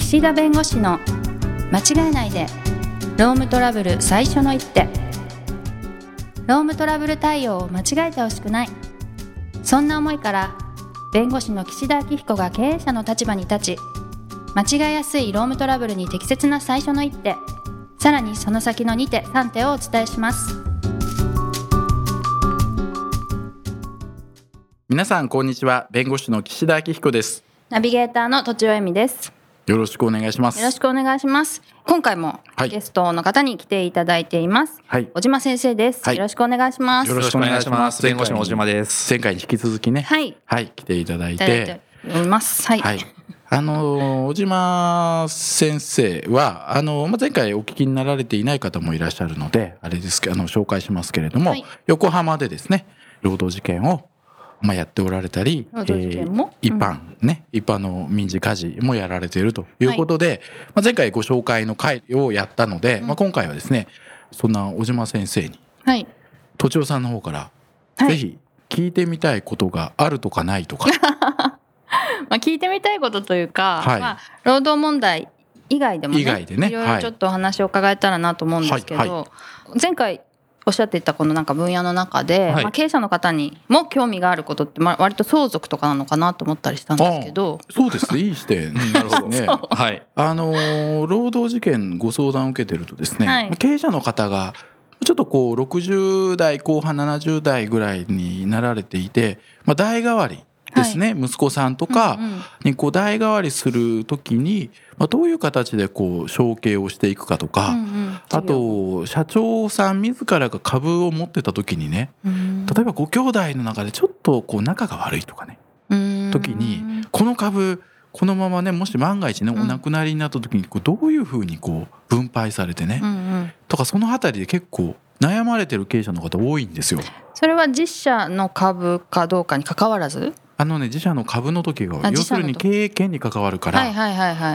岸田弁護士の間違えないでロームトラブル最初の一手。ロームトラブル対応を間違えてほしくない、そんな思いから弁護士の岸田明彦が経営者の立場に立ち、間違えやすいロームトラブルに適切な最初の一手、さらにその先の2手3手をお伝えします。 皆さんこんにちは。弁護士の岸田明彦です。 ナビゲーターの土地尾恵美です。 よろしくお願いします。 よろしくお願いします。今回もゲストの方に来ていただいています、はい、小島先生です、はい、よろしくお願いします。 よろしくお願いします。弁護士の小島です。 前回に引き続きね、はい、はい、来ていただいております。はい、はい、 小島先生は前回お聞きになられていない方もいらっしゃるのであれですけど紹介しますけれども、はい、横浜でですね労働事件をやっておられたり、一般の民事家事もやられているということで、はい、前回ご紹介の回をやったので、今回はですねそんな小島先生に、はい、土地尾さんの方から、はい、ぜひ聞いてみたいことがあるとかないとか聞いてみたいことというか、はい、労働問題以外でもね、いろいろちょっとお話を伺えたらなと思うんですけど、はいはい、前回おっしゃっていたこの分野の中で、はい、経営者の方にも興味があることって、割と相続とかなのかなと思ったりしたんですけど。 そうですね、いい視点なるほどねはい、労働事件ご相談を受けてるとですね、はい、経営者の方がちょっと60代後半70代ぐらいになられていて、代替わりですね、はい、息子さんとかに代替わりするときに、どういう形で承継をしていくかとか、あと社長さん自らが株を持ってたときにね、例えばご兄弟の中でちょっと仲が悪いとかね、時にこの株このままねもし万が一ねお亡くなりになった時にどういうふうに分配されてね、とかそのあたりで結構悩まれてる経営者の方多いんですよ。 それは自社の株かどうかに関わらず？ 自社の株の時が要するに経営権に関わるから、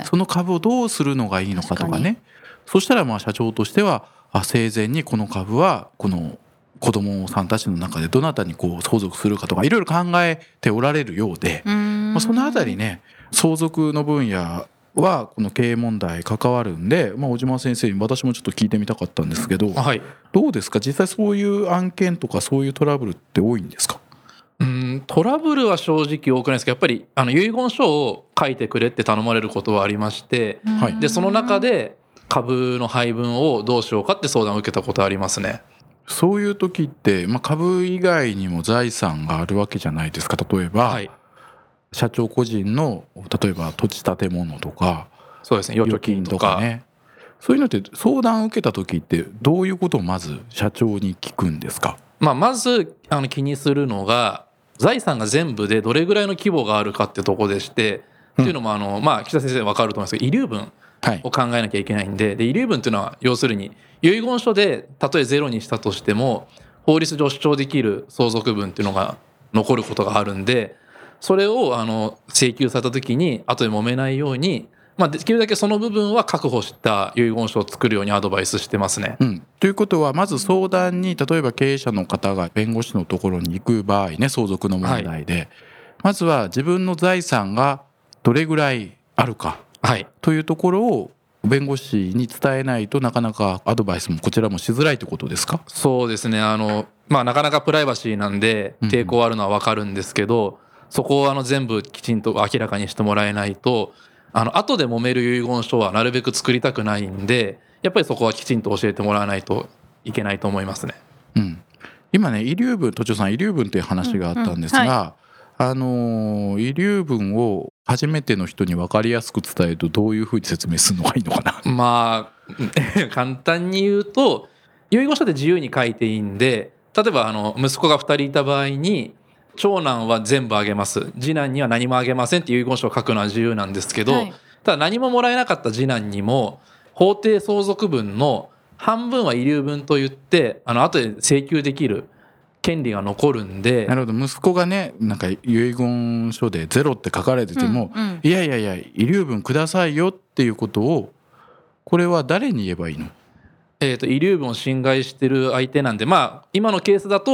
その株をどうするのがいいのかとかね、そしたら社長としては生前にこの株はこの子供さんたちの中でどなたに相続するかとかいろいろ考えておられるようで、そのあたりね相続の分野はこの経営問題関わるんで、小島先生に私もちょっと聞いてみたかったんですけど、はい、どうですか実際そういう案件とかそういうトラブルって多いんですか？ トラブルは正直多くないですけど、やっぱり遺言書を書いてくれって頼まれることはありまして、でその中で株の配分をどうしようかって相談を受けたことありますね。 そういう時って、株以外にも財産があるわけじゃないですか。例えば、はい、社長個人の例えば土地建物とか、 そうですね、預貯金とかね、 そういうのって相談を受けた時ってどういうことをまず社長に聞くんですか？ まず気にするのが財産が全部でどれぐらいの規模があるかってとこでして、っていうのも岸田先生分かると思いますけど遺留分を考えなきゃいけないんで、遺留分っていうのは要するに遺言書でたとえゼロにしたとしても法律上主張できる相続分っていうのが残ることがあるんで、それを請求された時に後で揉めないように、できるだけその部分は確保した遺言書を作るようにアドバイスしてますね。 ということはまず相談に例えば経営者の方が弁護士のところに行く場合ね、相続の問題で、まずは自分の財産がどれぐらいあるか、というところを弁護士に伝えないとなかなかアドバイスもこちらもしづらいということですか？ そうですね、なかなかプライバシーなんで抵抗あるのは分かるんですけど、そこを全部きちんと明らかにしてもらえないと後で揉める遺言書はなるべく作りたくないんで、やっぱりそこはきちんと教えてもらわないといけないと思いますね。 今ね遺留分、都庁さん遺留分という話があったんですが、遺留分を初めての人に分かりやすく伝えるとどういうふうに説明するのがいいのかな？ 簡単に言うと遺言書で自由に書いていいんで、例えば息子が2人いた場合に長男は全部あげます、次男には何もあげませんっていう遺言書を書くのは自由なんですけど、ただ何ももらえなかった次男にも法定相続分の半分は遺留分といって後で請求できる権利が残るんで。 なるほど。息子がね遺言書でゼロって書かれてても、いや遺留分くださいよっていうことをこれは誰に言えばいいの？ 遺留分を侵害してる相手なんで、今のケースだと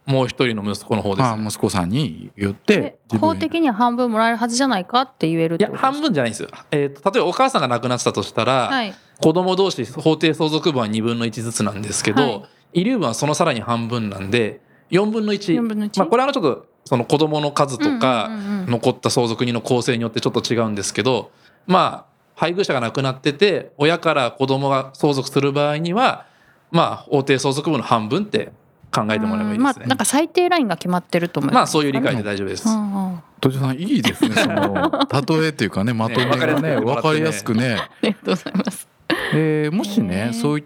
もう一人の息子の方です、 息子さんに言って法的には半分もらえるはずじゃないかって言えるってことですか？ いや半分じゃないんですよ。例えばお母さんが亡くなってたとしたら、はい、子供同士法定相続分は2分の1ずつなんですけど、はい、遺留分はそのさらに半分なんで4分の1、これはちょっとその子供の数とか残った相続人の構成によってちょっと違うんですけど、配偶者が亡くなってて親から子供が相続する場合には法定相続分の半分って考えてもらえばいいですね。 なんか最低ラインが決まってると思います。 そういう理解で大丈夫です。 戸次さんいいですね、その例えっていうかね、まとめがね分かりやすくね。 ありがとうございます。 もしねそういった、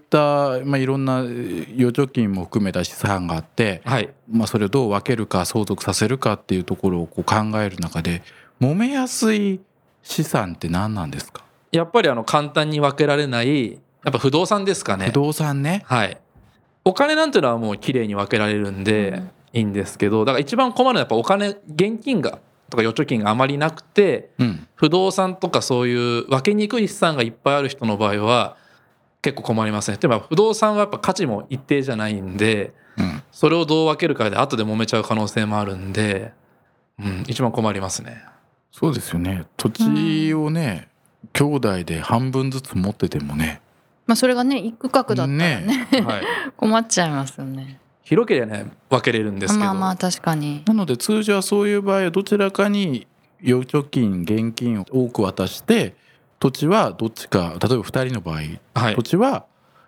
いろんな預貯金も含めた資産があって、はい、それをどう分けるか相続させるかっていうところをこう考える中で揉めやすい資産って何なんですか？ やっぱり簡単に分けられないやっぱ不動産ですかね。 不動産ね。 はい。お金なんていうのはもう綺麗に分けられるんでいいんですけど、だから一番困るのはやっぱお金現金がとか預貯金があまりなくて、不動産とかそういう分けにくい資産がいっぱいある人の場合は結構困りますね。例えば不動産はやっぱ価値も一定じゃないんで、それをどう分けるかで後で揉めちゃう可能性もあるんで、一番困りますね。 そうですよね。土地をね、兄弟で半分ずつ持っててもね、 それがね一区画だったらねはい、困っちゃいますよね。 広ければね分けれるんですけど、 確かに。 なので通常はそういう場合はどちらかに預貯金現金を多く渡して土地はどっちか、例えば2人の場合、はい、土地は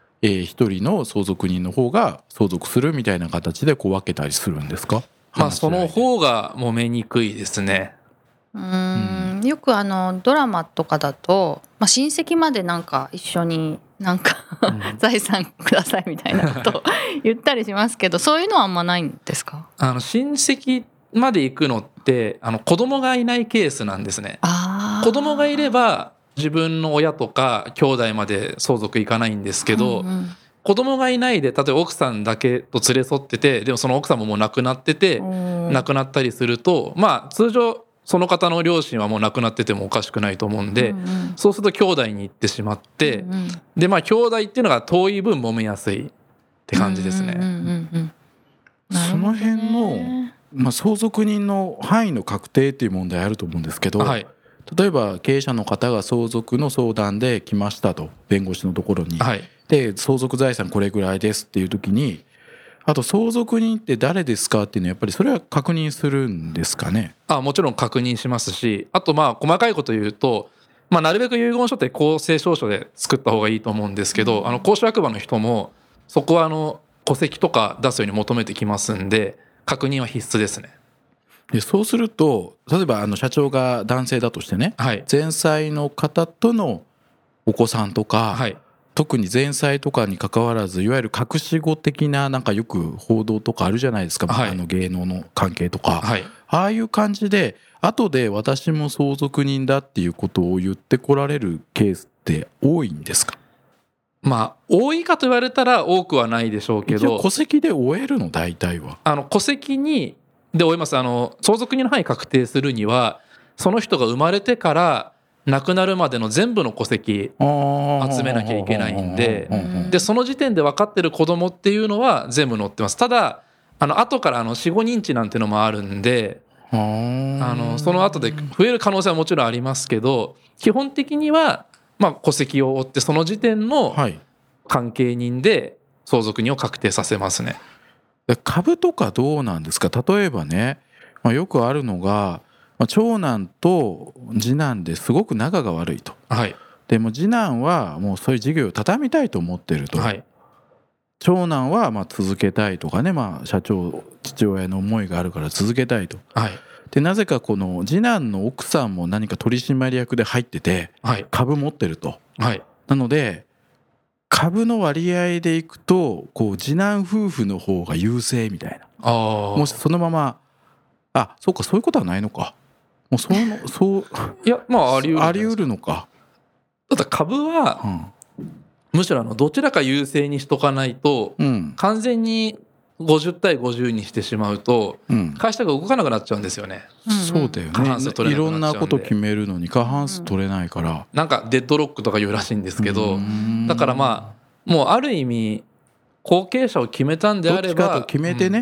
1人の相続人の方が相続するみたいな形でこう分けたりするんですか？ その方が揉めにくいですね。 よくドラマとかだと、親戚までなんか一緒に財産くださいみたいなことを言ったりしますけど、そういうのはあんまないんですか？ 親戚まで行くのって子供がいないケースなんですね。子供がいれば自分の親とか兄弟まで相続いかないんですけど、子供がいないで例えば奥さんだけと連れ添ってて、でもその奥さんももう亡くなってて亡くなったりすると、通常その方の両親はもう亡くなっててもおかしくないと思うんで、そうすると兄弟に行ってしまって、で兄弟っていうのが遠い分揉めやすいって感じですね。 その辺の、相続人の範囲の確定っていう問題あると思うんですけど、はい、例えば経営者の方が相続の相談で来ましたと、弁護士のところに、はい、で相続財産これぐらいですっていう時に、あと相続人って誰ですかっていうのはやっぱりそれは確認するんですかね？ もちろん確認しますし、あと細かいこと言うと、なるべく遺言書って公正証書で作った方がいいと思うんですけど、公証役場の人もそこは戸籍とか出すように求めてきますんで、確認は必須ですね。 でそうすると例えば社長が男性だとしてね、はい、前妻の方とのお子さんとか、はい、特に前妻とかに関わらずいわゆる隠し子的なよく報道とかあるじゃないですか、はい、芸能の関係とか、はい、ああいう感じで後で私も相続人だっていうことを言ってこられるケースって多いんですか？ 多いかと言われたら多くはないでしょうけど、 一応戸籍で終えるの大体は戸籍にで終えます。相続人の範囲確定するにはその人が生まれてから亡くなるまでの全部の戸籍集めなきゃいけないんで、その時点で分かってる子供っていうのは全部載ってます。ただ後から死後認知なんてのもあるんで、その後で増える可能性はもちろんありますけど、基本的には戸籍を追ってその時点の関係人で相続人を確定させますね。 株とかどうなんですか？例えばね、よくあるのが長男と次男ですごく仲が悪いと、はい、でも次男はもうそういう事業を畳みたいと思ってると、はい、長男は続けたいとかね、社長父親の思いがあるから続けたいと、はい、でなぜかこの次男の奥さんも何か取締役で入ってて、はい、株持ってると、はい、なので株の割合でいくと次男夫婦の方が優勢みたいな、もしそのままそうか、そういうことはないのか、もうそういやあり得るのか。 ただ株は、むしろどちらか優勢にしとかないと、完全に50対50にしてしまうと、会社が動かなくなっちゃうんですよね。 そうだよね。過半数取れなくなっちゃうんで、いろんなこと決めるのに過半数取れないから、 デッドロックとか言うらしいんですけど、だからもうある意味後継者を決めたんであればどっちかと決めてね、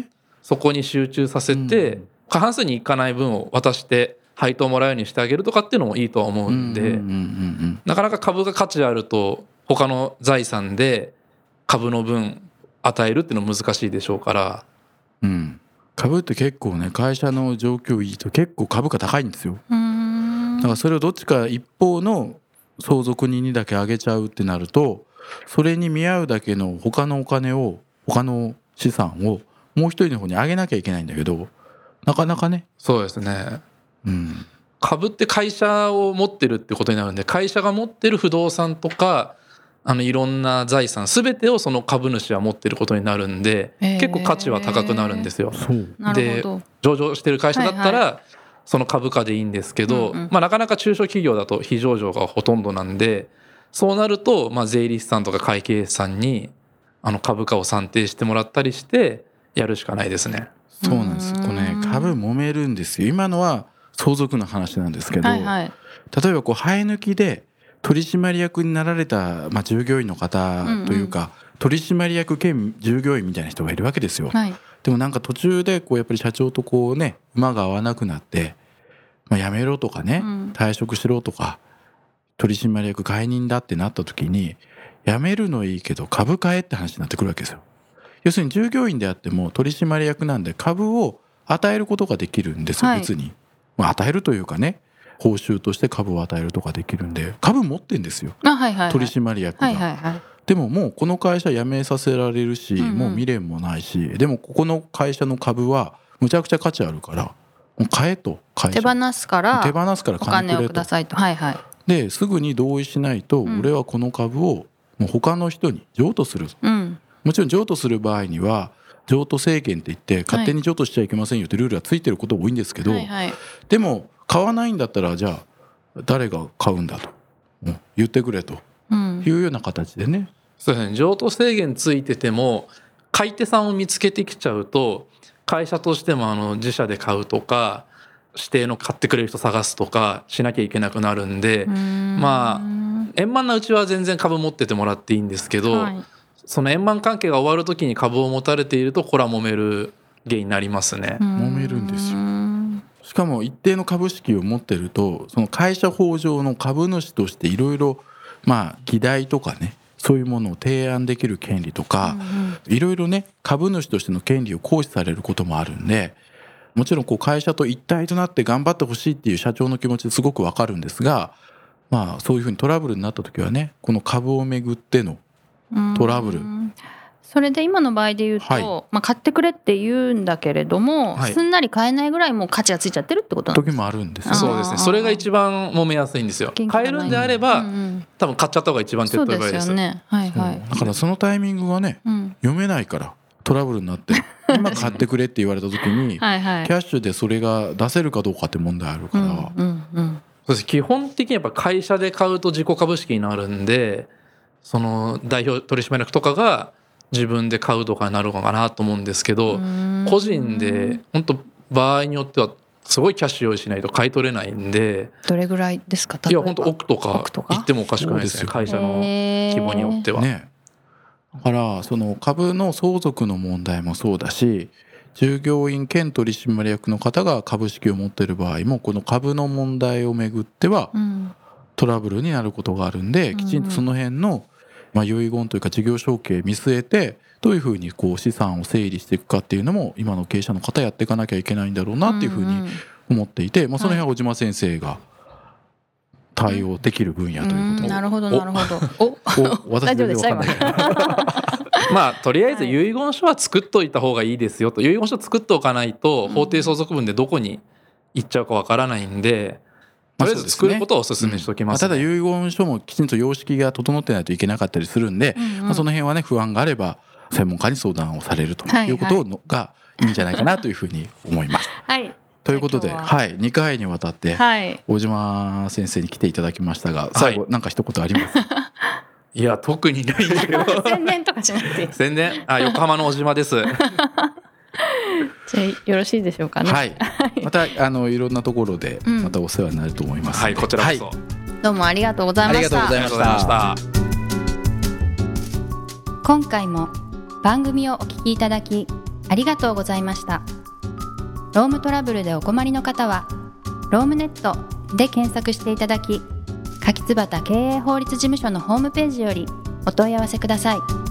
そこに集中させて、過半数にいかない分を渡して配当をもらうようにしてあげるとかっていうのもいいとは思うんで、なかなか株が価値あると他の財産で株の分与えるっていうのは難しいでしょうから、 株って結構ね、会社の状況いいと結構株価高いんですよ。だからそれをどっちか一方の相続人にだけあげちゃうってなると、それに見合うだけの他のお金を、他の資産をもう一人の方にあげなきゃいけないんだけど、なかなかね。 そうですね、株って会社を持ってるってことになるんで、会社が持ってる不動産とかいろんな財産全てをその株主は持ってることになるんで、結構価値は高くなるんですよ。で、上場してる会社だったらその株価でいいんですけど、なかなか中小企業だと非上場がほとんどなんで、そうなると税理士さんとか会計士さんに株価を算定してもらったりしてやるしかないですね。 そうなんです。これね、株揉めるんですよ。今のは相続の話なんですけど、例えば生え抜きで取締役になられた、従業員の方というか、取締役兼従業員みたいな人がいるわけですよ。でもなんか途中でやっぱり社長と馬が合わなくなって、辞めろとかね、退職しろとか、取締役解任だってなった時に、辞めるのいいけど株買えって話になってくるわけですよ。要するに従業員であっても取締役なんで株を与えることができるんですよ、別に。与えるというかね、報酬として株を与えるとかできるんで、株持ってんですよ、取締役が。でももうこの会社辞めさせられるし、もう未練もないし、でもここの会社の株はむちゃくちゃ価値あるから、もう買えと、会社手放すから金をくださいと。 ですぐに同意しないと、俺はこの株をもう他の人に譲渡する、もちろん譲渡する場合には譲渡制限って言って勝手に譲渡しちゃいけませんよってルールがついてることが多いんですけど、でも買わないんだったらじゃあ誰が買うんだと、言ってくれというような形でね。 そうですね、譲渡制限ついてても買い手さんを見つけてきちゃうと、会社としても自社で買うとか指定の買ってくれる人探すとかしなきゃいけなくなるんで、円満なうちは全然株持っててもらっていいんですけど、その円満関係が終わる時に株を持たれていると、これは揉める原因になりますね。 揉めるんですよ。しかも一定の株式を持ってると、その会社法上の株主としていろいろ議題とかね、そういうものを提案できる権利とか、いろいろね、株主としての権利を行使されることもあるんで、もちろん会社と一体となって頑張ってほしいっていう社長の気持ちすごくわかるんですが、そういうふうにトラブルになった時はね、この株をめぐってのトラブル、 それで今の場合で言うと、買ってくれって言うんだけれども、すんなり買えないぐらいもう価値がついちゃってるってことなんですか？ 時もあるんですよ。 そうですね、それが一番揉めやすいんですよ。買えるんであれば、多分買っちゃった方が一番手っ取り早いです。 そうですよね。 だからそのタイミングがね、読めないからトラブルになって、今買ってくれって言われた時にキャッシュでそれが出せるかどうかって問題あるから、 そうです。基本的にやっぱ会社で買うと自己株式になるんで、その代表取締役とかが自分で買うとかになるのかなと思うんですけど、個人で本当場合によってはすごいキャッシュ用意しないと買い取れないんで。 どれぐらいですか？ いや本当億とか言ってもおかしくないですね、会社の規模によっては。 だからその株の相続の問題もそうだし、従業員兼取締役の方が株式を持っている場合も、この株の問題をめぐってはトラブルになることがあるんで、きちんとその辺の遺言というか事業承継見据えて、どういうふうに資産を整理していくかっていうのも今の経営者の方やっていかなきゃいけないんだろうなっていうふうに思っていて、その辺は小島先生が対応できる分野ということで。 なるほどなるほど。 私全然分かんないとりあえず遺言書は作っといた方がいいですよと。遺言書作っておかないと法定相続分でどこに行っちゃうかわからないんで、とりあえず作ることをお勧めしておきます、ね。 ただ遺言書もきちんと様式が整ってないといけなかったりするんで、その辺はね、不安があれば専門家に相談をされるということがいいんじゃないかなというふうに思います。ということで、2回にわたって大島先生に来ていただきましたが、最後なんか一言あります？ いや特にないんだけど宣伝とかしなくていい。 宣伝、横浜の小島です。じゃあよろしいでしょうかね。 またいろんなところでまたお世話になると思います。 こちらこそ、 どうもありがとうございました。 ありがとうございました。 今回も番組をお聞きいただきありがとうございました。ロームトラブルでお困りの方はロームネットで検索していただき、柿椿経営法律事務所のホームページよりお問い合わせください。